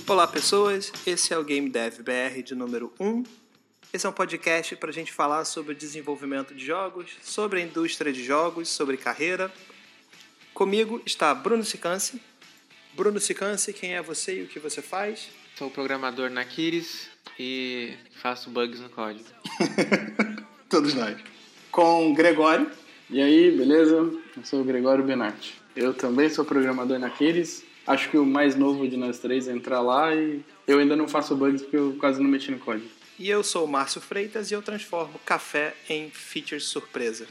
Olá pessoas, esse é o Game Dev BR de número 1. Esse é um podcast para a gente falar sobre desenvolvimento de jogos, sobre a indústria de jogos, sobre carreira. Comigo está Bruno Cicanci. Bruno Cicanci, quem é você e o que você faz? Sou programador na Kiris e faço bugs no código. Todos nós. Com Gregório. E aí, beleza? Eu sou o Gregório Benatti. Eu também sou programador na Kiris. Acho que o mais novo de nós três é entrar lá e eu ainda não faço bugs porque eu quase não mexi no código. E eu sou o Márcio Freitas e eu transformo café em features surpresa.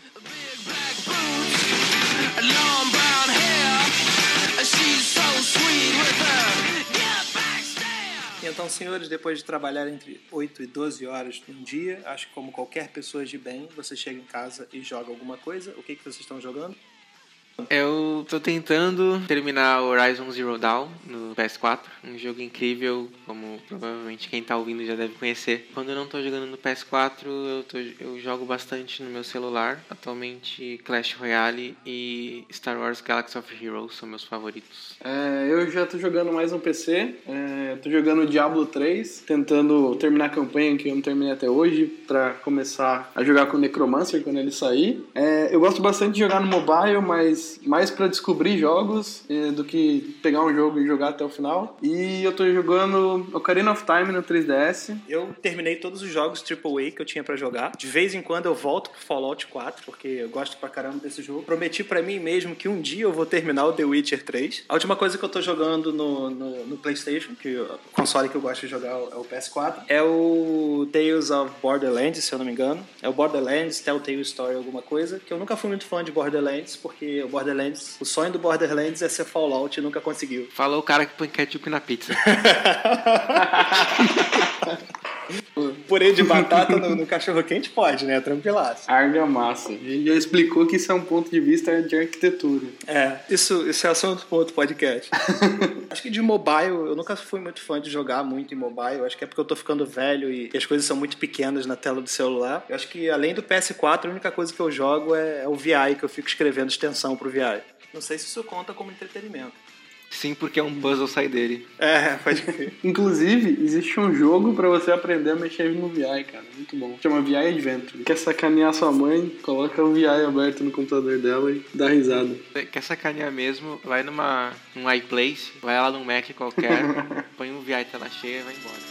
Então, senhores, depois de trabalhar entre 8 e 12 horas num dia, acho que como qualquer pessoa de bem, você chega em casa e joga alguma coisa. O que vocês estão jogando? Eu tô tentando terminar Horizon Zero Dawn no PS4, um jogo incrível, como provavelmente quem tá ouvindo já deve conhecer. Quando eu não tô jogando no PS4, eu jogo bastante no meu celular. Atualmente Clash Royale e Star Wars Galaxy of Heroes são meus favoritos. Eu já tô jogando mais no PC, tô jogando Diablo 3, tentando terminar a campanha que eu não terminei até hoje, pra começar a jogar com o Necromancer quando ele sair. Eu gosto bastante de jogar no mobile, mas mais pra descobrir jogos do que pegar um jogo e jogar até o final. E eu tô jogando Ocarina of Time no 3DS. Eu terminei todos os jogos AAA que eu tinha pra jogar. De vez em quando eu volto pro Fallout 4, porque eu gosto pra caramba desse jogo. Prometi pra mim mesmo que um dia eu vou terminar o The Witcher 3. A última coisa que eu tô jogando no PlayStation, que o console que eu gosto de jogar é o PS4, é o Tales of Borderlands, se eu não me engano. É o Borderlands, Telltale Story, alguma coisa, que eu nunca fui muito fã de Borderlands, porque o sonho do Borderlands é ser Fallout e nunca conseguiu. Falou o cara que põe ketchup na pizza. Purê de batata no cachorro-quente pode, né? Tranquilaço. Argamassa. Ele já explicou que isso é um ponto de vista de arquitetura. Isso é assunto para outro podcast. Acho que de mobile, eu nunca fui muito fã de jogar muito em mobile. Acho que é porque eu tô ficando velho e as coisas são muito pequenas na tela do celular. Eu acho que além do PS4, a única coisa que eu jogo é o VI, que eu fico escrevendo extensão pro VI. Não sei se isso conta como entretenimento. Sim, porque é um puzzle sair dele. Pode crer. Inclusive, existe um jogo pra você aprender a mexer no VI, cara. Muito bom. Chama VI Adventure. Quer sacanear sua mãe, coloca o VI aberto no computador dela e dá risada. Quer sacanear mesmo, vai num iPlace, vai lá num Mac qualquer, põe um VI tela cheia e vai embora.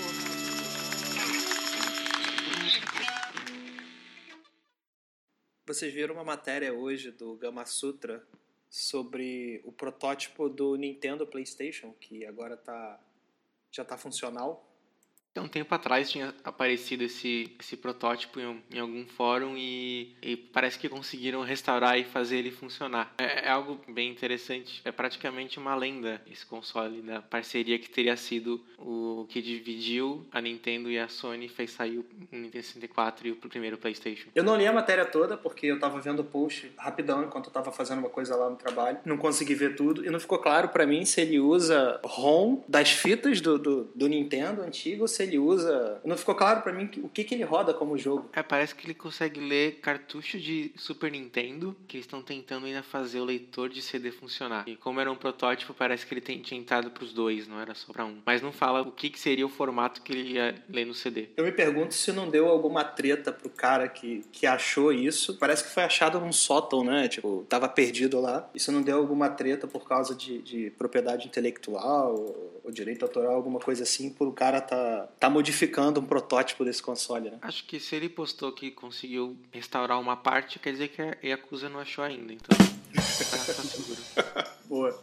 Vocês viram uma matéria hoje do Gama Sutra sobre o protótipo do Nintendo PlayStation, que agora já tá funcional? Um tempo atrás tinha aparecido esse protótipo em algum fórum e parece que conseguiram restaurar e fazer ele funcionar. É algo bem interessante. É praticamente uma lenda esse console, da parceria que teria sido o que dividiu a Nintendo e a Sony, fez sair o Nintendo 64 e o primeiro PlayStation. Eu não li a matéria toda porque eu tava vendo o post rapidão enquanto eu tava fazendo uma coisa lá no trabalho. Não consegui ver tudo e não ficou claro pra mim se ele usa ROM das fitas do Nintendo antigo ou se ele usa... Não ficou claro pra mim o que ele roda como jogo. Parece que ele consegue ler cartucho de Super Nintendo, que eles estão tentando ainda fazer o leitor de CD funcionar. E como era um protótipo, parece que ele tinha entrado pros dois, não era só pra um. Mas não fala o que seria o formato que ele ia ler no CD. Eu me pergunto se não deu alguma treta pro cara que achou isso. Parece que foi achado num sótão, né? Tipo, tava perdido lá. Isso não deu alguma treta por causa de propriedade intelectual ou direito autoral, alguma coisa assim, por o cara tá modificando um protótipo desse console, né? Acho que se ele postou que conseguiu restaurar uma parte, quer dizer que a Yakuza não achou ainda, então tá seguro. Boa.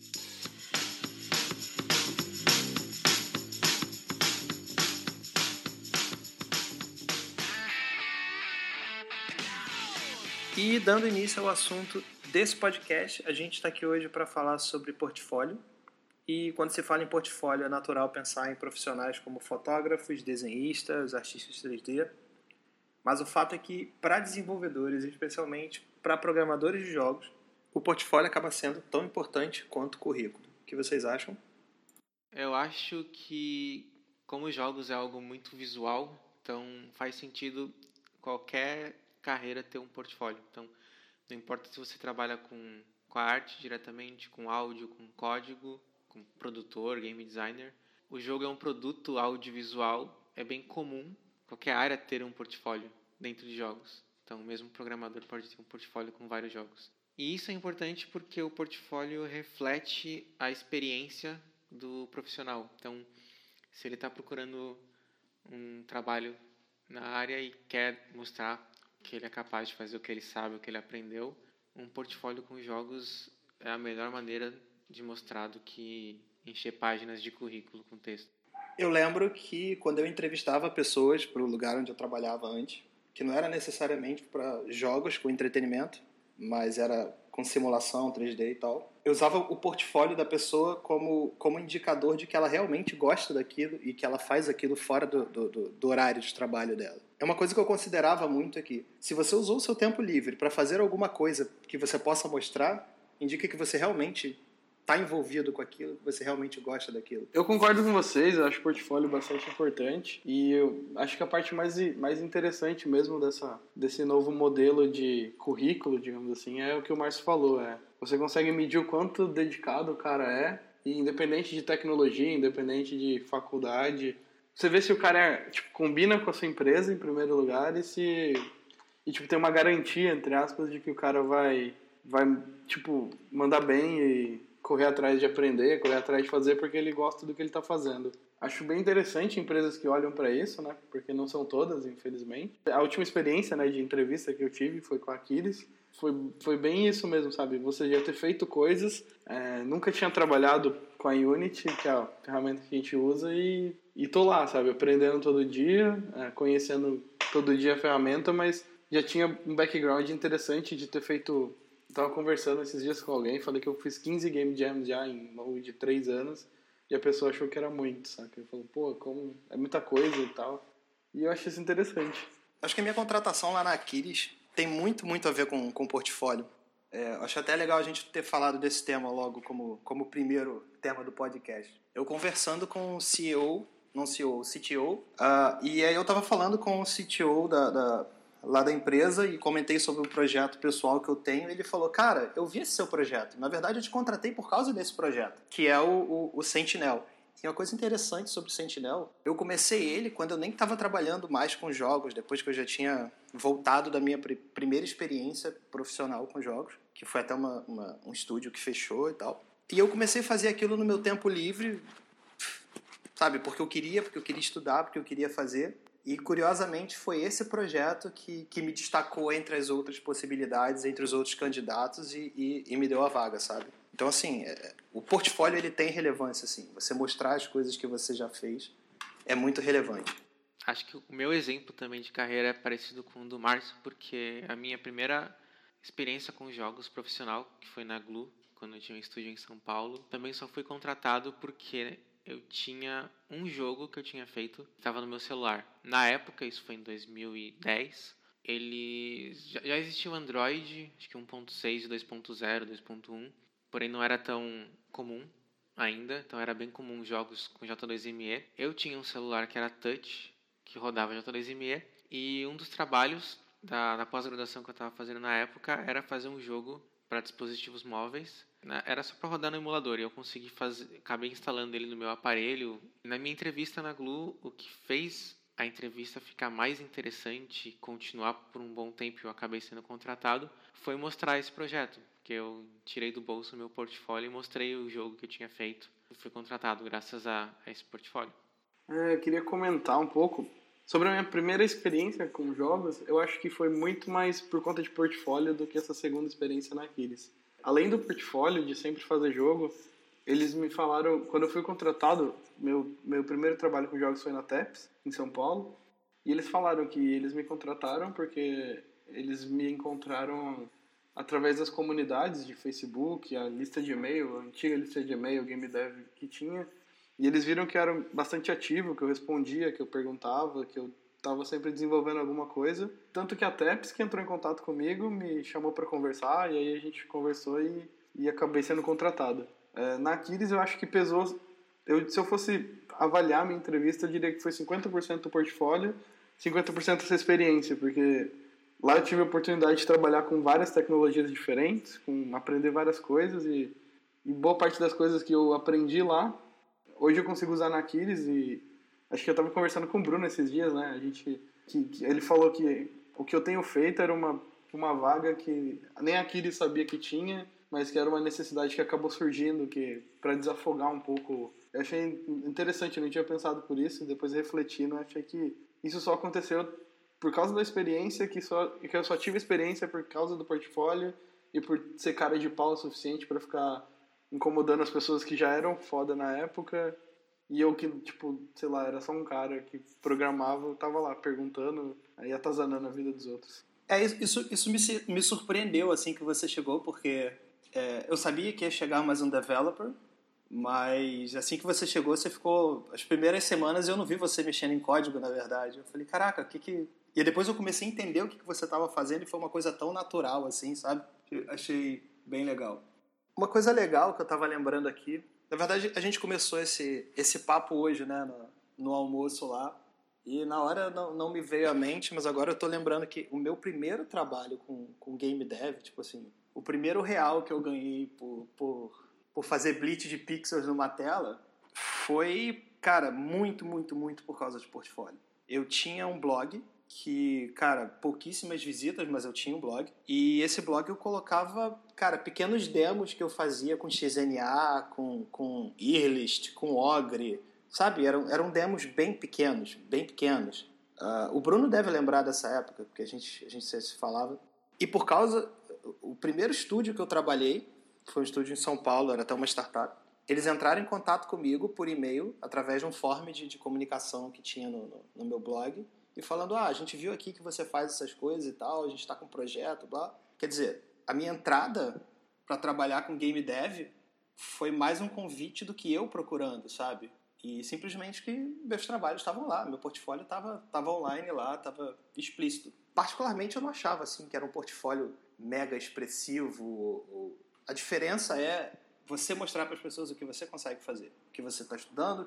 E dando início ao assunto desse podcast, a gente está aqui hoje para falar sobre portfólio. E quando se fala em portfólio, é natural pensar em profissionais como fotógrafos, desenhistas, artistas 3D. Mas o fato é que, para desenvolvedores, especialmente para programadores de jogos, o portfólio acaba sendo tão importante quanto o currículo. O que vocês acham? Eu acho que, como jogos é algo muito visual, então faz sentido qualquer carreira ter um portfólio. Então, não importa se você trabalha com a arte diretamente, com áudio, com código, com produtor, game designer, o jogo é um produto audiovisual, é bem comum qualquer área ter um portfólio dentro de jogos. Então, mesmo o programador pode ter um portfólio com vários jogos. E isso é importante porque o portfólio reflete a experiência do profissional. Então, se ele está procurando um trabalho na área e quer mostrar que ele é capaz de fazer o que ele sabe, o que ele aprendeu, um portfólio com jogos é a melhor maneira de mostrar do que encher páginas de currículo com texto. Eu lembro que quando eu entrevistava pessoas para o lugar onde eu trabalhava antes, que não era necessariamente para jogos com entretenimento, mas era com simulação 3D e tal, eu usava o portfólio da pessoa como indicador de que ela realmente gosta daquilo e que ela faz aquilo fora do horário de trabalho dela. É uma coisa que eu considerava muito aqui. Se você usou o seu tempo livre para fazer alguma coisa que você possa mostrar, indica que você realmente está envolvido com aquilo, que você realmente gosta daquilo. Eu concordo com vocês, eu acho o portfólio bastante importante e eu acho que a parte mais interessante mesmo desse novo modelo de currículo, digamos assim, é o que o Márcio falou, você consegue medir o quanto dedicado o cara é, e independente de tecnologia, independente de faculdade, você vê se o cara combina com a sua empresa em primeiro lugar e tem uma garantia, entre aspas, de que o cara vai mandar bem e correr atrás de aprender, correr atrás de fazer porque ele gosta do que ele está fazendo. Acho bem interessante empresas que olham para isso, né? Porque não são todas, infelizmente. A última experiência, né, de entrevista que eu tive foi com a Aquiles. Foi bem isso mesmo, sabe? Você já ter feito coisas, nunca tinha trabalhado com a Unity, que é a ferramenta que a gente usa, e tô lá, sabe? Aprendendo todo dia, conhecendo todo dia a ferramenta, mas já tinha um background interessante de ter feito... Tava conversando esses dias com alguém, falei que eu fiz 15 Game Jams já em longo de 3 anos, e a pessoa achou que era muito, sabe? Ele falou, pô, como é muita coisa e tal. E eu acho isso interessante. Acho que a minha contratação lá na Aquiles tem muito a ver com o portfólio. Acho até legal a gente ter falado desse tema logo como primeiro tema do podcast. Eu conversando com o CEO, não CEO, o CTO, e aí eu tava falando com o CTO lá da empresa e comentei sobre o projeto pessoal que eu tenho, e ele falou, cara, eu vi esse seu projeto, na verdade eu te contratei por causa desse projeto, que é o Sentinel. E uma coisa interessante sobre o Sentinel, eu comecei ele quando eu nem estava trabalhando mais com jogos, depois que eu já tinha voltado da minha primeira experiência profissional com jogos, que foi até um estúdio que fechou e tal. E eu comecei a fazer aquilo no meu tempo livre, sabe, porque eu queria estudar, porque eu queria fazer. E, curiosamente, foi esse projeto que me destacou entre as outras possibilidades, entre os outros candidatos e me deu a vaga, sabe? Então, assim, o portfólio ele tem relevância, assim. Você mostrar as coisas que você já fez é muito relevante. Acho que o meu exemplo também de carreira é parecido com o do Márcio, porque a minha primeira experiência com jogos profissional, que foi na Glu, quando eu tinha um estúdio em São Paulo, também só fui contratado porque... eu tinha um jogo que eu tinha feito, que estava no meu celular. Na época, isso foi em 2010, já existia o Android, acho que 1.6, 2.0, 2.1, porém não era tão comum ainda, então era bem comum jogos com J2ME. Eu tinha um celular que era touch, que rodava J2ME, e um dos trabalhos da pós-graduação que eu estava fazendo na época era fazer um jogo para dispositivos móveis. Era só para rodar no emulador e eu consegui acabei instalando ele no meu aparelho. Na minha entrevista na Glu, o que fez a entrevista ficar mais interessante e continuar por um bom tempo, eu acabei sendo contratado, foi mostrar esse projeto, que eu tirei do bolso o meu portfólio e mostrei o jogo que eu tinha feito. E fui contratado graças a esse portfólio. Eu queria comentar um pouco sobre a minha primeira experiência com jogos. Eu acho que foi muito mais por conta de portfólio do que essa segunda experiência na Aquiles. Além do portfólio, de sempre fazer jogo, eles me falaram, quando eu fui contratado, meu primeiro trabalho com jogos foi na TEPS, em São Paulo, e eles falaram que eles me contrataram porque eles me encontraram através das comunidades de Facebook, a lista de e-mail, a antiga lista de e-mail, Game Dev que tinha, e eles viram que eu era bastante ativo, que eu respondia, que eu perguntava, que eu estava sempre desenvolvendo alguma coisa. Tanto que a TEPS, que entrou em contato comigo, me chamou para conversar, e aí a gente conversou e acabei sendo contratado. Na Aquiles, eu acho que pesou... se eu fosse avaliar minha entrevista, eu diria que foi 50% do portfólio, 50% dessa experiência, porque lá eu tive a oportunidade de trabalhar com várias tecnologias diferentes, aprender várias coisas, e boa parte das coisas que eu aprendi lá, hoje eu consigo usar na Aquiles e acho que eu tava conversando com o Bruno esses dias, né? Que ele falou que o que eu tenho feito era uma vaga que nem a Aquiles sabia que tinha, mas que era uma necessidade que acabou surgindo, que para desafogar um pouco. Eu achei interessante, eu não tinha pensado por isso, e depois refletindo, achei que isso só aconteceu por causa da experiência, que eu só tive experiência por causa do portfólio e por ser cara de pau o suficiente para ficar incomodando as pessoas que já eram foda na época, e eu que, tipo, sei lá, era só um cara que programava, eu tava lá perguntando, aí atazanando a vida dos outros. Isso me surpreendeu assim que você chegou, porque eu sabia que ia chegar mais um developer, mas assim que você chegou, você ficou... As primeiras semanas eu não vi você mexendo em código, na verdade. Eu falei, caraca, o que... E depois eu comecei a entender o que você estava fazendo e foi uma coisa tão natural assim, sabe? Eu achei bem legal. Uma coisa legal que eu estava lembrando aqui... Na verdade, a gente começou esse papo hoje, né, no almoço lá. E na hora não me veio à mente, mas agora eu tô lembrando que o meu primeiro trabalho com game dev, tipo assim, o primeiro real que eu ganhei por fazer blitz de pixels numa tela foi, cara, muito, muito, muito por causa de portfólio. Eu tinha um blog que, cara, pouquíssimas visitas, mas eu tinha um blog. E esse blog eu colocava, cara, pequenos demos que eu fazia com XNA, com Earlist, com Ogre, sabe? Eram demos bem pequenos, bem pequenos. O Bruno deve lembrar dessa época, porque a gente se falava. E por causa... O primeiro estúdio que eu trabalhei foi um estúdio em São Paulo, era até uma startup. Eles entraram em contato comigo por e-mail, através de um form de comunicação que tinha no meu blog, e falando, a gente viu aqui que você faz essas coisas e tal, a gente está com um projeto, blá. Quer dizer, a minha entrada para trabalhar com game dev foi mais um convite do que eu procurando, sabe? E simplesmente que meus trabalhos estavam lá, meu portfólio estava online lá, estava explícito. Particularmente eu não achava assim, que era um portfólio mega expressivo. A diferença é você mostrar para as pessoas o que você consegue fazer, o que você está estudando,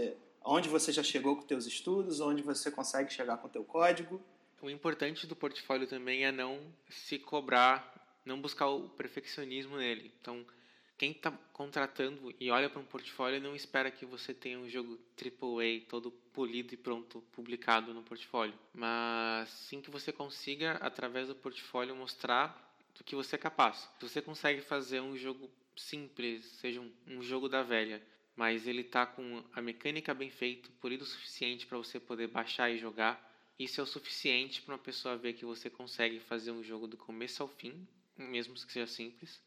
onde você já chegou com os teus estudos, onde você consegue chegar com o teu código. O importante do portfólio também é não se cobrar, não buscar o perfeccionismo nele. Então, quem está contratando e olha para um portfólio não espera que você tenha um jogo AAA todo polido e pronto, publicado no portfólio. Mas sim que você consiga, através do portfólio, mostrar do que você é capaz. Se você consegue fazer um jogo simples, seja um jogo da velha, mas ele está com a mecânica bem feita, polido o suficiente para você poder baixar e jogar, isso é o suficiente para uma pessoa ver que você consegue fazer um jogo do começo ao fim, mesmo que seja simples,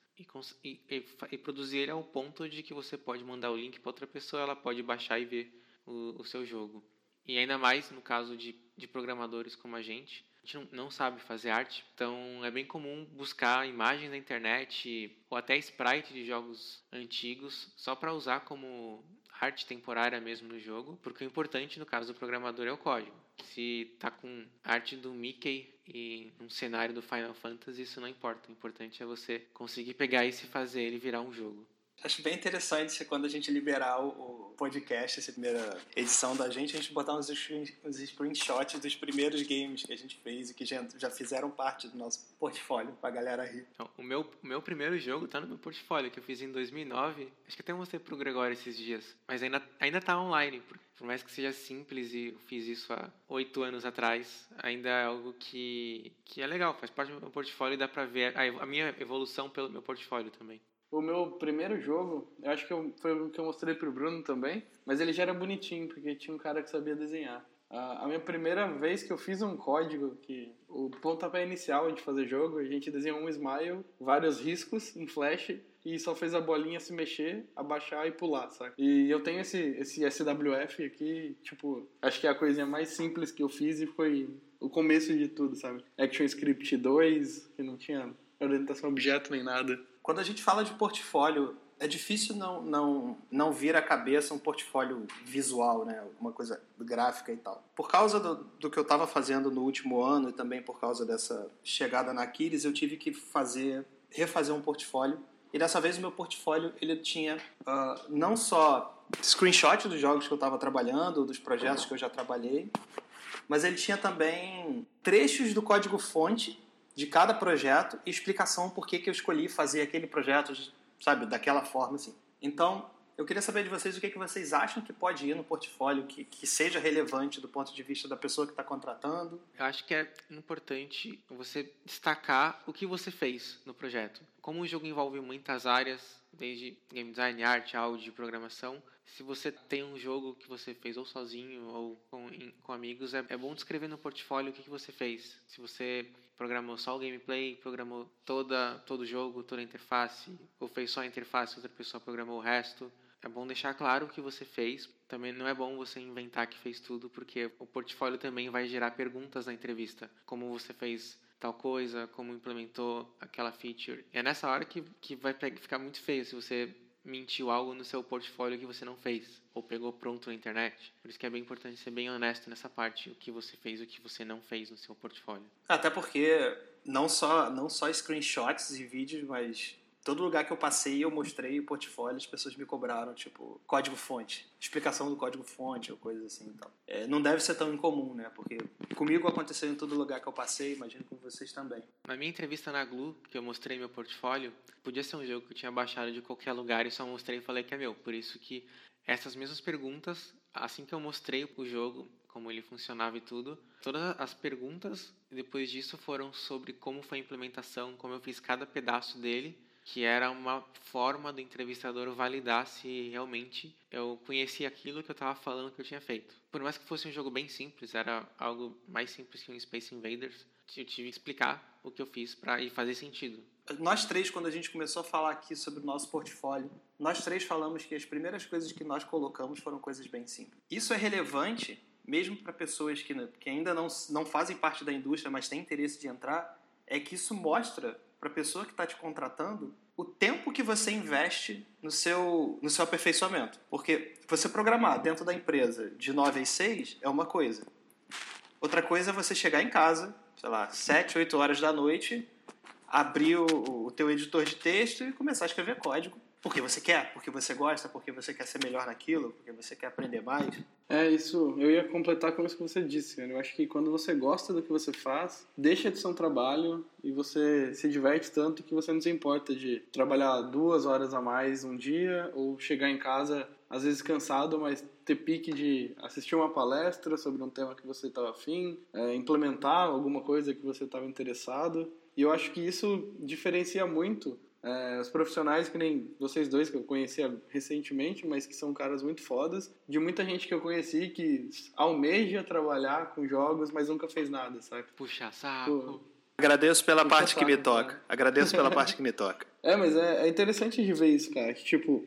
e produzir ele ao ponto de que você pode mandar o link para outra pessoa, ela pode baixar e ver o seu jogo. E ainda mais no caso de programadores como a gente não sabe fazer arte, então é bem comum buscar imagens na internet ou até sprite de jogos antigos só para usar como arte temporária mesmo no jogo, porque o importante no caso do programador é o código. Se tá com arte do Mickey e um cenário do Final Fantasy, isso não importa. O importante é você conseguir pegar isso e fazer ele virar um jogo. Acho bem interessante quando a gente liberar o podcast, essa primeira edição da gente, a gente botar uns screenshots dos primeiros games que a gente fez e que já fizeram parte do nosso portfólio pra galera rir. Então, o meu primeiro jogo tá no meu portfólio, que eu fiz em 2009. Acho que até mostrei pro Gregório esses dias. Mas ainda tá online. Por mais que seja simples e eu fiz isso há 8 anos atrás, ainda é algo que é legal, faz parte do meu portfólio e dá pra ver a minha evolução pelo meu portfólio também. O meu primeiro jogo, eu acho que foi o que eu mostrei pro Bruno também, mas ele já era bonitinho, porque tinha um cara que sabia desenhar. A minha primeira vez que eu fiz um código, que o pontapé inicial de fazer jogo, a gente desenhou um smile, vários riscos em flash, e só fez a bolinha se mexer, abaixar e pular, sabe? E eu tenho esse SWF aqui, tipo, acho que é a coisinha mais simples que eu fiz e foi o começo de tudo, sabe? ActionScript 2, que não tinha orientação objeto nem nada. Quando a gente fala de portfólio, é difícil não vir à cabeça um portfólio visual, né? Alguma coisa gráfica e tal. Por causa do que eu estava fazendo no último ano e também por causa dessa chegada na Aquiles, eu tive que refazer um portfólio. E dessa vez o meu portfólio ele tinha não só screenshot dos jogos que eu estava trabalhando, dos projetos que eu já trabalhei, mas ele tinha também trechos do código-fonte de cada projeto e explicação por que eu escolhi fazer aquele projeto, sabe, daquela forma, assim. Então, Eu queria saber de vocês o que vocês acham que pode ir no portfólio que seja relevante do ponto de vista da pessoa que está contratando. Eu acho que é importante você destacar o que você fez no projeto. Como o jogo envolve muitas áreas, desde game design, arte, áudio, programação, se você tem um jogo que você fez ou sozinho ou com amigos, é bom descrever no portfólio o que você fez. Se você programou só o gameplay, programou todo o jogo, toda a interface, ou fez só a interface e outra pessoa programou o resto. É bom deixar claro o que você fez. Também não é bom você inventar que fez tudo, porque o portfólio também vai gerar perguntas na entrevista. Como você fez tal coisa, como implementou aquela feature. E é nessa hora que vai ficar muito feio se você mentiu algo no seu portfólio que você não fez, ou pegou pronto na internet. Por isso que é bem importante ser bem honesto nessa parte, o que você fez e o que você não fez no seu portfólio. Até porque não só screenshots e vídeos, mas todo lugar que eu passei, eu mostrei o portfólio, as pessoas me cobraram, tipo, código-fonte, explicação do código-fonte ou coisas assim e tal. Não deve ser tão incomum, né? Porque comigo aconteceu em todo lugar que eu passei, imagino com vocês também. Na minha entrevista na Glu, que eu mostrei meu portfólio, podia ser um jogo que eu tinha baixado de qualquer lugar e só mostrei e falei que é meu. Por isso que essas mesmas perguntas, assim que eu mostrei o jogo, como ele funcionava e tudo, todas as perguntas depois disso foram sobre como foi a implementação, como eu fiz cada pedaço dele, que era uma forma do entrevistador validar se realmente eu conhecia aquilo que eu estava falando que eu tinha feito. Por mais que fosse um jogo bem simples, era algo mais simples que um Space Invaders, eu tive que explicar o que eu fiz para fazer sentido. Nós três, quando a gente começou a falar aqui sobre o nosso portfólio, nós três falamos que as primeiras coisas que nós colocamos foram coisas bem simples. Isso é relevante, mesmo para pessoas que ainda não fazem parte da indústria, mas têm interesse de entrar, é que isso mostra para a pessoa que está te contratando o tempo que você investe no seu aperfeiçoamento. Porque você programar dentro da empresa de 9 às 6 é uma coisa. Outra coisa é você chegar em casa, sei lá, 7, 8 horas da noite, abrir o teu editor de texto e começar a escrever código. Porque você quer, porque você gosta, porque você quer ser melhor naquilo, porque você quer aprender mais. Isso. Eu ia completar com isso que você disse, cara. Eu acho que quando você gosta do que você faz, deixa de ser um trabalho e você se diverte tanto que você não se importa de trabalhar 2 horas a mais um dia ou chegar em casa, às vezes cansado, mas ter pique de assistir uma palestra sobre um tema que você estava afim, implementar alguma coisa que você estava interessado. E eu acho que isso diferencia muito os profissionais que nem vocês dois, que eu conheci recentemente, mas que são caras muito fodas, de muita gente que eu conheci que almeja trabalhar com jogos, mas nunca fez nada, sabe? Puxa saco. Pô, Agradeço pela Puxa parte que me saco, toca. cara. Agradeço pela parte que me toca. Mas é interessante de ver isso, cara. Que, tipo,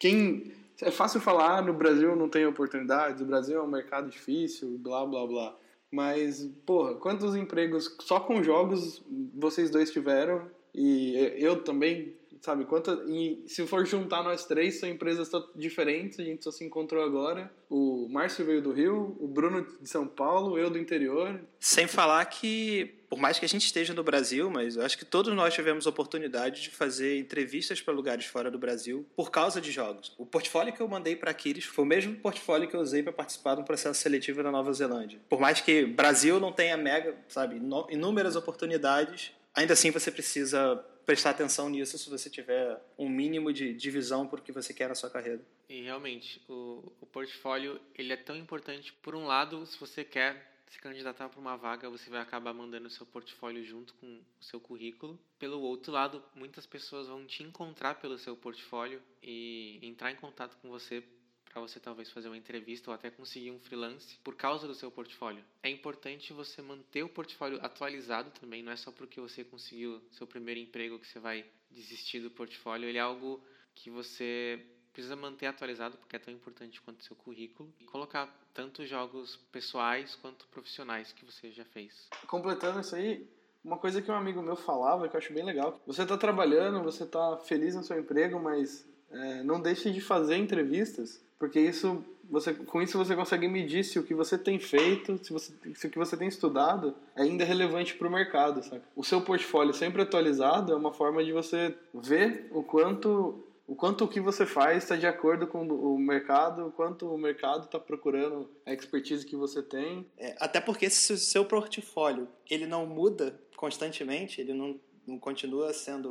é fácil falar, no Brasil não tem oportunidades, o Brasil é um mercado difícil, blá, blá, blá. Mas, porra, quantos empregos só com jogos vocês dois tiveram? E eu também, sabe? E se for juntar nós três, são empresas diferentes, a gente só se encontrou agora. O Márcio veio do Rio, o Bruno de São Paulo, eu do interior. Sem falar que, por mais que a gente esteja no Brasil, mas eu acho que todos nós tivemos oportunidade de fazer entrevistas para lugares fora do Brasil por causa de jogos. O portfólio que eu mandei para Aquiles foi o mesmo portfólio que eu usei para participar de um processo seletivo na Nova Zelândia. Por mais que Brasil não tenha inúmeras oportunidades, ainda assim você precisa prestar atenção nisso se você tiver um mínimo de visão por que você quer na sua carreira. E realmente, o portfólio ele é tão importante. Por um lado, se você quer se candidatar para uma vaga, você vai acabar mandando o seu portfólio junto com o seu currículo. Pelo outro lado, muitas pessoas vão te encontrar pelo seu portfólio e entrar em contato com você para você talvez fazer uma entrevista ou até conseguir um freelance por causa do seu portfólio. É importante você manter o portfólio atualizado também, não é só porque você conseguiu seu primeiro emprego que você vai desistir do portfólio, ele é algo que você precisa manter atualizado porque é tão importante quanto o seu currículo e colocar tanto jogos pessoais quanto profissionais que você já fez. Completando isso aí, uma coisa que um amigo meu falava, que eu acho bem legal, você está trabalhando, você está feliz no seu emprego, mas não deixe de fazer entrevistas, porque com isso você consegue medir se o que você tem feito, se o que você tem estudado ainda é relevante para o mercado, sabe? O seu portfólio sempre atualizado é uma forma de você ver o quanto o que você faz está de acordo com o mercado, o quanto o mercado está procurando a expertise que você tem. Até porque se o seu portfólio ele não muda constantemente, ele não continua sendo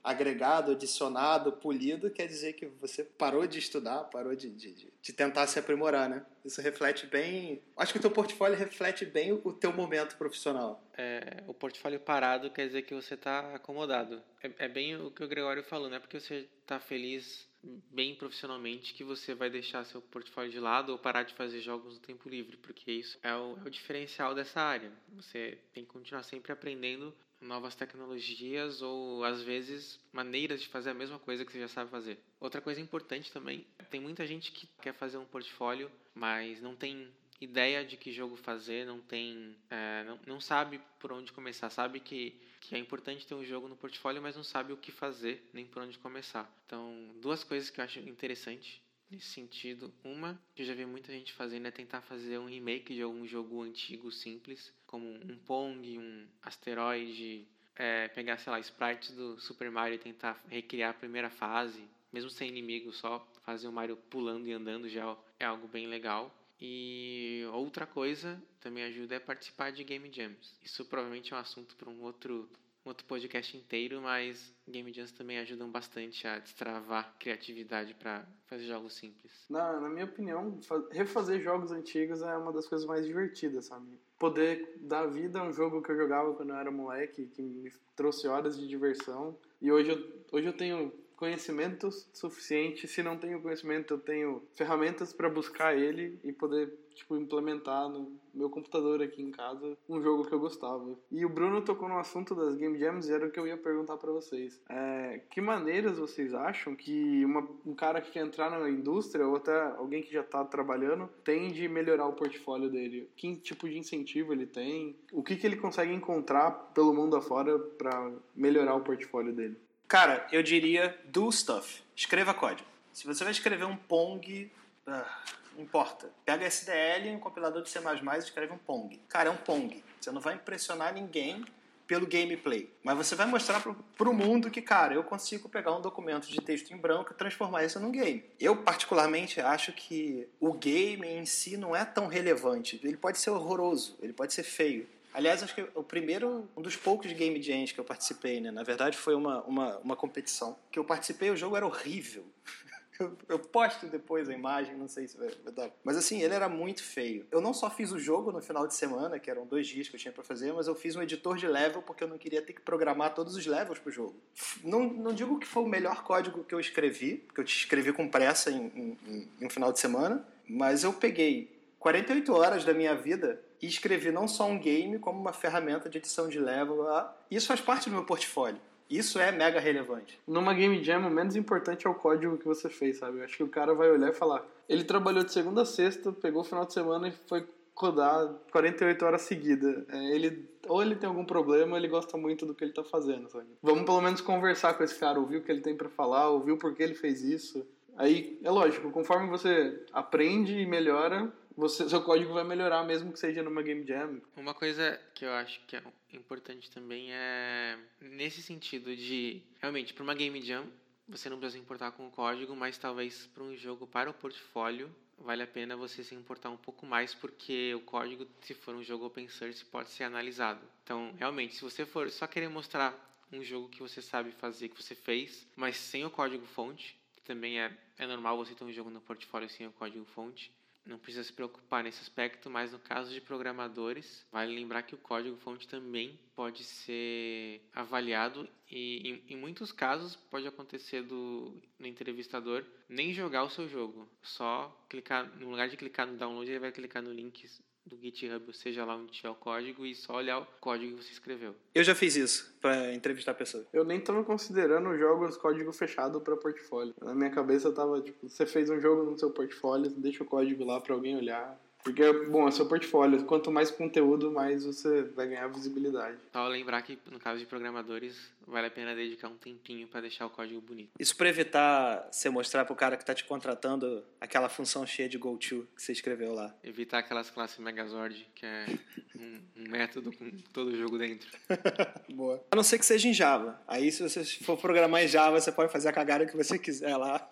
agregado, adicionado, polido, quer dizer que você parou de estudar, parou de tentar se aprimorar, né? Isso reflete bem... Acho que o teu portfólio reflete bem o teu momento profissional. O portfólio parado quer dizer que você está acomodado. É bem o que o Gregório falou, não é porque você está feliz bem profissionalmente que você vai deixar seu portfólio de lado ou parar de fazer jogos no tempo livre, porque isso é o diferencial dessa área. Você tem que continuar sempre aprendendo novas tecnologias ou, às vezes, maneiras de fazer a mesma coisa que você já sabe fazer. Outra coisa importante também, tem muita gente que quer fazer um portfólio, mas não tem ideia de que jogo fazer, não sabe por onde começar, sabe que é importante ter um jogo no portfólio, mas não sabe o que fazer, nem por onde começar. Então, duas coisas que eu acho interessante nesse sentido. Uma, que eu já vi muita gente fazendo, é tentar fazer um remake de algum jogo antigo simples, como um Pong, um Asteroid, pegar, sei lá, sprites do Super Mario e tentar recriar a primeira fase, mesmo sem inimigo, só fazer o Mario pulando e andando já é algo bem legal. E outra coisa também ajuda é participar de Game Jams. Isso provavelmente é um assunto para um outro podcast inteiro, mas Game Jams também ajudam bastante a destravar criatividade para fazer jogos simples. Na minha opinião, refazer jogos antigos é uma das coisas mais divertidas, sabe? Poder dar vida a um jogo que eu jogava quando eu era moleque, que me trouxe horas de diversão. E hoje eu tenho conhecimento suficiente. Se não tenho conhecimento, eu tenho ferramentas para buscar ele e poder implementar no meu computador aqui em casa um jogo que eu gostava. E o Bruno tocou no assunto das Game Jams e era o que eu ia perguntar para vocês. Que maneiras vocês acham que um cara que quer entrar na indústria ou até alguém que já está trabalhando tem de melhorar o portfólio dele? Que tipo de incentivo ele tem? O que ele consegue encontrar pelo mundo afora para melhorar o portfólio dele? Cara, eu diria do stuff. Escreva código. Se você vai escrever um Pong, não importa. Pega SDL, um compilador de C++ e escreve um Pong. Cara, é um Pong. Você não vai impressionar ninguém pelo gameplay. Mas você vai mostrar pro mundo que, cara, eu consigo pegar um documento de texto em branco e transformar isso num game. Eu, particularmente, acho que o game em si não é tão relevante. Ele pode ser horroroso, ele pode ser feio. Aliás, acho que um dos poucos Game Jams que eu participei, né? Na verdade, foi uma competição. Que eu participei, o jogo era horrível. Eu posto depois a imagem, não sei se vai dar. Mas assim, ele era muito feio. Eu não só fiz o jogo no final de semana, que eram 2 dias que eu tinha pra fazer, mas eu fiz um editor de level porque eu não queria ter que programar todos os levels pro jogo. Não digo que foi o melhor código que eu escrevi, porque eu escrevi com pressa em um final de semana, mas eu peguei 48 horas da minha vida e escrevi não só um game, como uma ferramenta de edição de level. Isso faz parte do meu portfólio. Isso é mega relevante. Numa Game Jam, o menos importante é o código que você fez, sabe? Eu acho que o cara vai olhar e falar... Ele trabalhou de segunda a sexta, pegou o final de semana e foi rodar 48 horas seguidas. Ou ele tem algum problema, ou ele gosta muito do que ele tá fazendo, sabe? Vamos pelo menos conversar com esse cara, ouvir o que ele tem pra falar, ouvir o porquê ele fez isso. Aí, é lógico, conforme você aprende e melhora... seu código vai melhorar, mesmo que seja numa Game Jam. Uma coisa que eu acho que é importante também é nesse sentido de, realmente, para uma Game Jam, você não precisa se importar com o código, mas talvez para um jogo para o portfólio, vale a pena você se importar um pouco mais, porque o código, se for um jogo open source, pode ser analisado. Então, realmente, se você for só querer mostrar um jogo que você sabe fazer, que você fez, mas sem o código-fonte, que também é normal você ter um jogo no portfólio sem o código-fonte, não precisa se preocupar nesse aspecto, mas no caso de programadores, vale lembrar que o código-fonte também pode ser avaliado e em muitos casos pode acontecer no entrevistador nem jogar o seu jogo, só clicar, no lugar de clicar no download, ele vai clicar no link do GitHub, seja lá onde tiver o código, e só olhar o código que você escreveu. Eu já fiz isso pra entrevistar a pessoa. Eu nem tava considerando jogos código fechado pra portfólio. Na minha cabeça tava, você fez um jogo no seu portfólio, deixa o código lá pra alguém olhar. Porque, bom, é seu portfólio. Quanto mais conteúdo, mais você vai ganhar visibilidade. Só lembrar que, no caso de programadores, vale a pena dedicar um tempinho para deixar o código bonito. Isso para evitar você mostrar pro cara que tá te contratando aquela função cheia de go-to que você escreveu lá. Evitar aquelas classes Megazord, que é um método com todo o jogo dentro. Boa. A não ser que seja em Java. Aí, se você for programar em Java, você pode fazer a cagada que você quiser lá.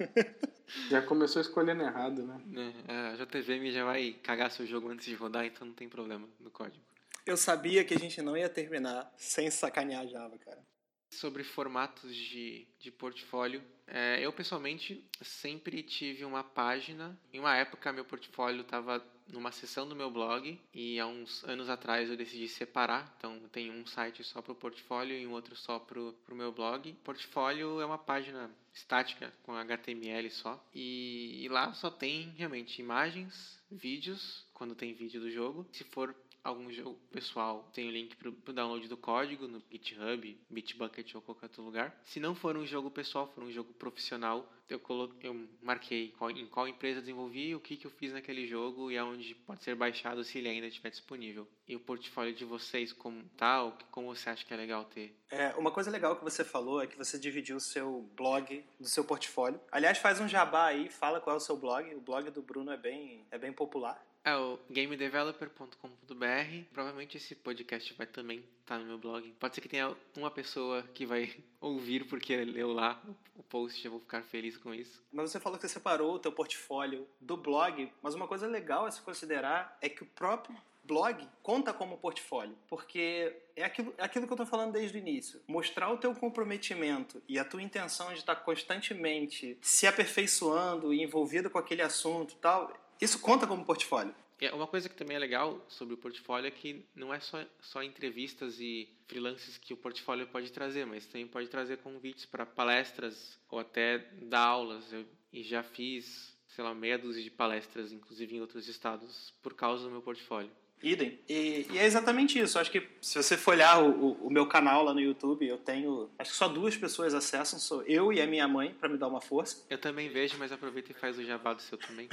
Já começou escolhendo errado, né? A JVM já vai cagar seu jogo antes de rodar, então não tem problema no código. Eu sabia que a gente não ia terminar sem sacanear Java, cara. Sobre formatos de portfólio, eu pessoalmente sempre tive uma página. Em uma época, meu portfólio estava numa seção do meu blog e há uns anos atrás eu decidi separar. Então, tem um site só para o portfólio e um outro só para o meu blog. Portfólio é uma página estática com HTML só e lá só tem realmente imagens, vídeos, quando tem vídeo do jogo. Se for algum jogo pessoal, tem o link para o download do código no GitHub, Bitbucket ou qualquer outro lugar. Se não for um jogo pessoal, for um jogo profissional, eu marquei em qual empresa desenvolvi, o que eu fiz naquele jogo e aonde pode ser baixado se ele ainda estiver disponível. E o portfólio de vocês como tal, como você acha que é legal ter? Uma coisa legal que você falou é que você dividiu o seu blog do seu portfólio. Aliás, faz um jabá aí, fala qual é o seu blog. O blog do Bruno é bem popular. É o gamedeveloper.com.br. Provavelmente esse podcast vai também estar no meu blog. Pode ser que tenha uma pessoa que vai ouvir porque leu lá o post, eu vou ficar feliz com isso. Mas você falou que você separou o teu portfólio do blog, mas uma coisa legal a se considerar é que o próprio blog conta como portfólio, porque é aquilo que eu tô falando desde o início. Mostrar o teu comprometimento e a tua intenção de estar constantemente se aperfeiçoando e envolvido com aquele assunto e tal, isso conta como portfólio. Uma coisa que também é legal sobre o portfólio é que não é só entrevistas e freelances que o portfólio pode trazer, mas também pode trazer convites para palestras ou até dar aulas. Eu já fiz, meia dúzia de palestras, inclusive em outros estados, por causa do meu portfólio. Idem. E é exatamente isso. Acho que se você for olhar o meu canal lá no YouTube, eu tenho... Acho que só 2 pessoas acessam, sou eu e a minha mãe, para me dar uma força. Eu também vejo, mas aproveita e faz o jabá do seu também.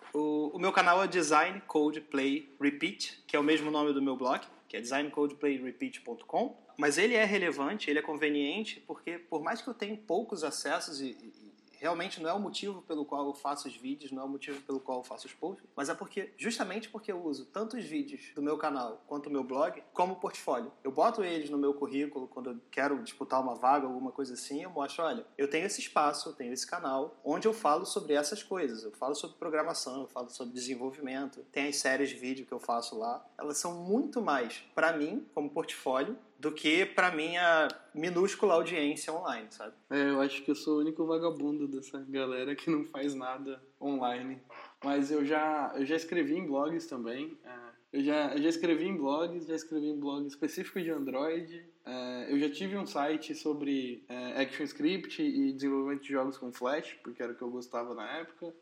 O meu canal é Design Code Play Repeat, que é o mesmo nome do meu blog, que é designcodePlayRepeat.com. Mas ele é relevante, ele é conveniente, porque por mais que eu tenha poucos acessos e realmente não é o motivo pelo qual eu faço os vídeos, não é o motivo pelo qual eu faço os posts, mas é justamente porque eu uso tanto os vídeos do meu canal quanto o meu blog como portfólio. Eu boto eles no meu currículo quando eu quero disputar uma vaga, alguma coisa assim, eu mostro, olha, eu tenho esse espaço, eu tenho esse canal, onde eu falo sobre essas coisas. Eu falo sobre programação, eu falo sobre desenvolvimento, tem as séries de vídeo que eu faço lá. Elas são muito mais, para mim, como portfólio, do que pra minha minúscula audiência online, sabe? Eu acho que eu sou o único vagabundo dessa galera que não faz nada online. Mas eu já escrevi em blogs também. Eu já escrevi em blogs, já escrevi em blog específico de Android. Eu já tive um site sobre ActionScript e desenvolvimento de jogos com Flash, porque era o que eu gostava na época.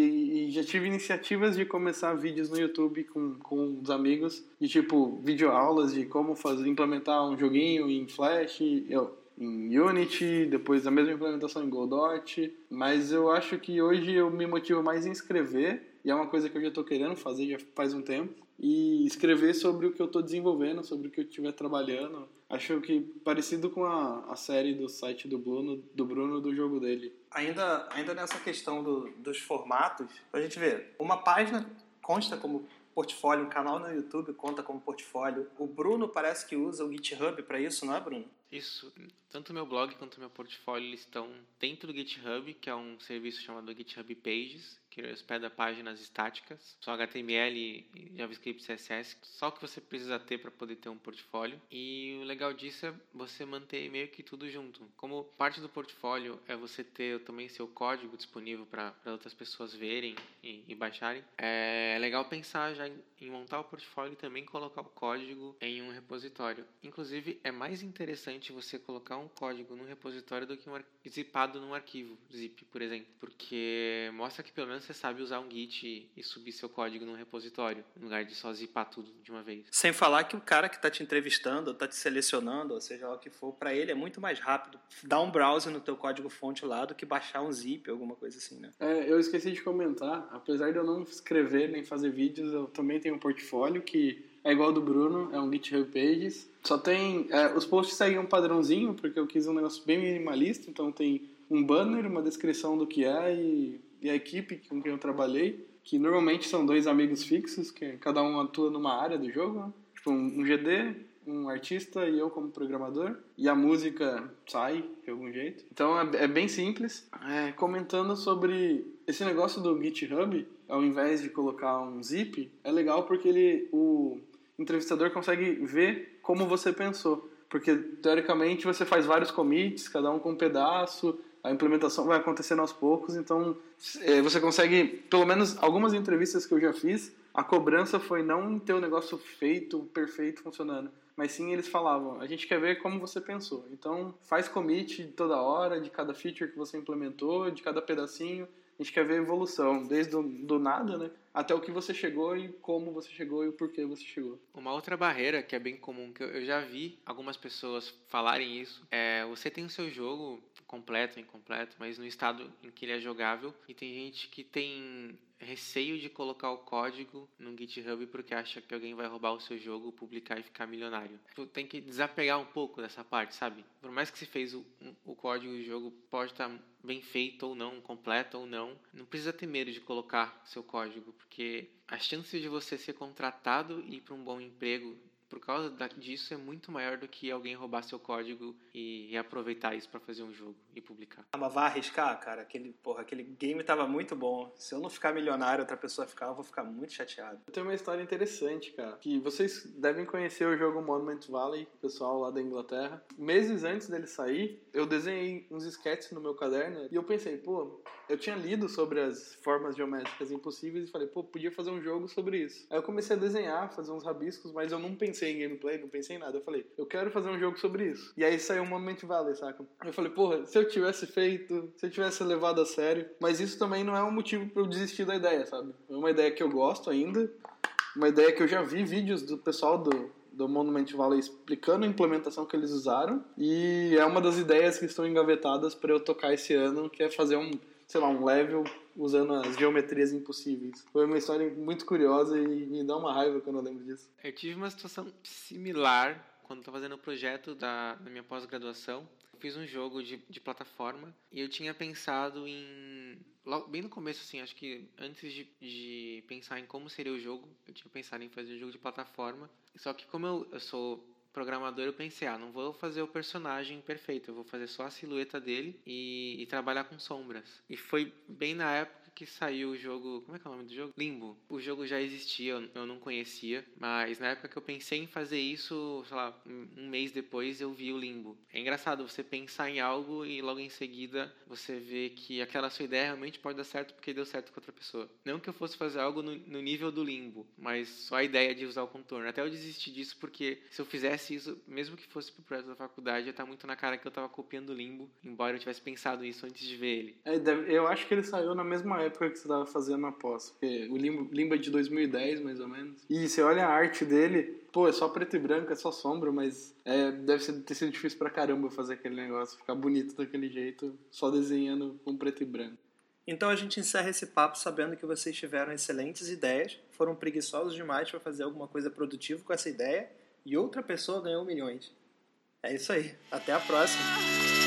E já tive iniciativas de começar vídeos no YouTube com os amigos, de tipo videoaulas de como implementar um joguinho em Flash, em Unity, depois a mesma implementação em Godot. Mas eu acho que hoje eu me motivo mais em escrever, e é uma coisa que eu já estou querendo fazer já faz um tempo, e escrever sobre o que eu estou desenvolvendo, sobre o que eu estiver trabalhando. Acho que parecido com a série do site do Bruno do jogo dele. Ainda nessa questão dos formatos, a gente vê, uma página consta como portfólio, um canal no YouTube conta como portfólio. O Bruno parece que usa o GitHub para isso, não é, Bruno? Isso. Tanto o meu blog quanto o meu portfólio eles estão dentro do GitHub, que é um serviço chamado GitHub Pages, que hospeda páginas estáticas, só HTML, JavaScript, CSS, só o que você precisa ter para poder ter um portfólio. E o legal disso é você manter meio que tudo junto. Como parte do portfólio é você ter também seu código disponível para outras pessoas verem e baixarem, é legal pensar já em montar o portfólio e também colocar o código em um repositório. Inclusive, é mais interessante você colocar um código num repositório do que zipado num arquivo zip, por exemplo, porque mostra que pelo menos você sabe usar um Git e subir seu código num repositório, no lugar de só zipar tudo de uma vez. Sem falar que o cara que está te entrevistando, ou está te selecionando, ou seja lá o que for, para ele é muito mais rápido dar um browse no teu código-fonte lá do que baixar um zip, alguma coisa assim, né? Eu esqueci de comentar, apesar de eu não escrever nem fazer vídeos, eu também tenho um portfólio que é igual ao do Bruno, é um GitHub Pages. Só tem... os posts seguem um padrãozinho, porque eu quis um negócio bem minimalista, então tem um banner, uma descrição do que é e a equipe com quem eu trabalhei, que normalmente são 2 amigos fixos, que cada um atua numa área do jogo, né? Tipo um GD, um artista e eu como programador, e a música sai de algum jeito. Então é bem simples. Comentando sobre esse negócio do GitHub, ao invés de colocar um zip, é legal porque o entrevistador consegue ver como você pensou. porque teoricamente você faz vários commits, cada um com um pedaço, a implementação vai acontecendo aos poucos, então você consegue, pelo menos algumas entrevistas que eu já fiz, a cobrança foi não ter o negócio feito, perfeito, funcionando, mas sim eles falavam, a gente quer ver como você pensou, então faz commit toda hora, de cada feature que você implementou, de cada pedacinho, a gente quer ver a evolução, desde do nada, né, até o que você chegou e como você chegou e o porquê você chegou. Uma outra barreira que é bem comum, que eu já vi algumas pessoas falarem isso, é você tem o seu jogo completo, incompleto, mas no estado em que ele é jogável, e tem gente que tem receio de colocar o código no GitHub porque acha que alguém vai roubar o seu jogo, publicar e ficar milionário. Tu tem que desapegar um pouco dessa parte, sabe? Por mais que você fez o código do jogo, pode estar bem feito ou não, completo ou não, não precisa ter medo de colocar seu código, porque a chance de você ser contratado e ir para um bom emprego por causa disso é muito maior do que alguém roubar seu código e aproveitar isso pra fazer um jogo e publicar. Mas vai arriscar, cara? Aquele game tava muito bom. Se eu não ficar milionário, outra pessoa ficar, eu vou ficar muito chateado. Eu tenho uma história interessante, cara, que vocês devem conhecer o jogo Monument Valley, pessoal lá da Inglaterra. Meses antes dele sair, eu desenhei uns sketches no meu caderno e eu pensei, eu tinha lido sobre as formas geométricas impossíveis e falei, podia fazer um jogo sobre isso. Aí eu comecei a desenhar, fazer uns rabiscos, mas eu não pensei em gameplay, não pensei em nada. Eu falei, eu quero fazer um jogo sobre isso. E aí saiu o Monument Valley, saca? Eu falei, se eu tivesse feito, se eu tivesse levado a sério. Mas isso também não é um motivo pra eu desistir da ideia, sabe? É uma ideia que eu gosto ainda, uma ideia que eu já vi vídeos do pessoal do Monument Valley explicando a implementação que eles usaram, e é uma das ideias que estão engavetadas para eu tocar esse ano, que é fazer um level usando as geometrias impossíveis. Foi uma história muito curiosa e me dá uma raiva quando eu lembro disso. Eu tive uma situação similar quando estava fazendo o projeto da minha pós-graduação. Eu fiz um jogo de plataforma e eu tinha pensado bem no começo, assim, acho que antes de pensar em como seria o jogo, eu tinha pensado em fazer um jogo de plataforma. Só que como eu sou programador, eu pensei, não vou fazer o personagem perfeito, eu vou fazer só a silhueta dele e trabalhar com sombras. E foi bem na época que saiu o jogo, como é que é o nome do jogo? Limbo. O jogo já existia, eu não conhecia, mas na época que eu pensei em fazer isso, sei lá, um mês depois eu vi o Limbo. É engraçado você pensar em algo e logo em seguida você vê que aquela sua ideia realmente pode dar certo porque deu certo com outra pessoa. Não que eu fosse fazer algo no nível do Limbo, mas só a ideia de usar o contorno. Até eu desisti disso porque se eu fizesse isso, mesmo que fosse pro projeto da faculdade, ia estar muito na cara que eu tava copiando o Limbo, embora eu tivesse pensado isso antes de ver ele. Eu acho que ele saiu na mesma época que você tava fazendo a pós, porque o Limbo é de 2010, mais ou menos. E você olha a arte dele, é só preto e branco, é só sombra, mas deve ter sido difícil pra caramba fazer aquele negócio, ficar bonito daquele jeito, só desenhando com preto e branco. Então a gente encerra esse papo sabendo que vocês tiveram excelentes ideias, foram preguiçosos demais para fazer alguma coisa produtiva com essa ideia, e outra pessoa ganhou milhões. É isso aí. Até a próxima.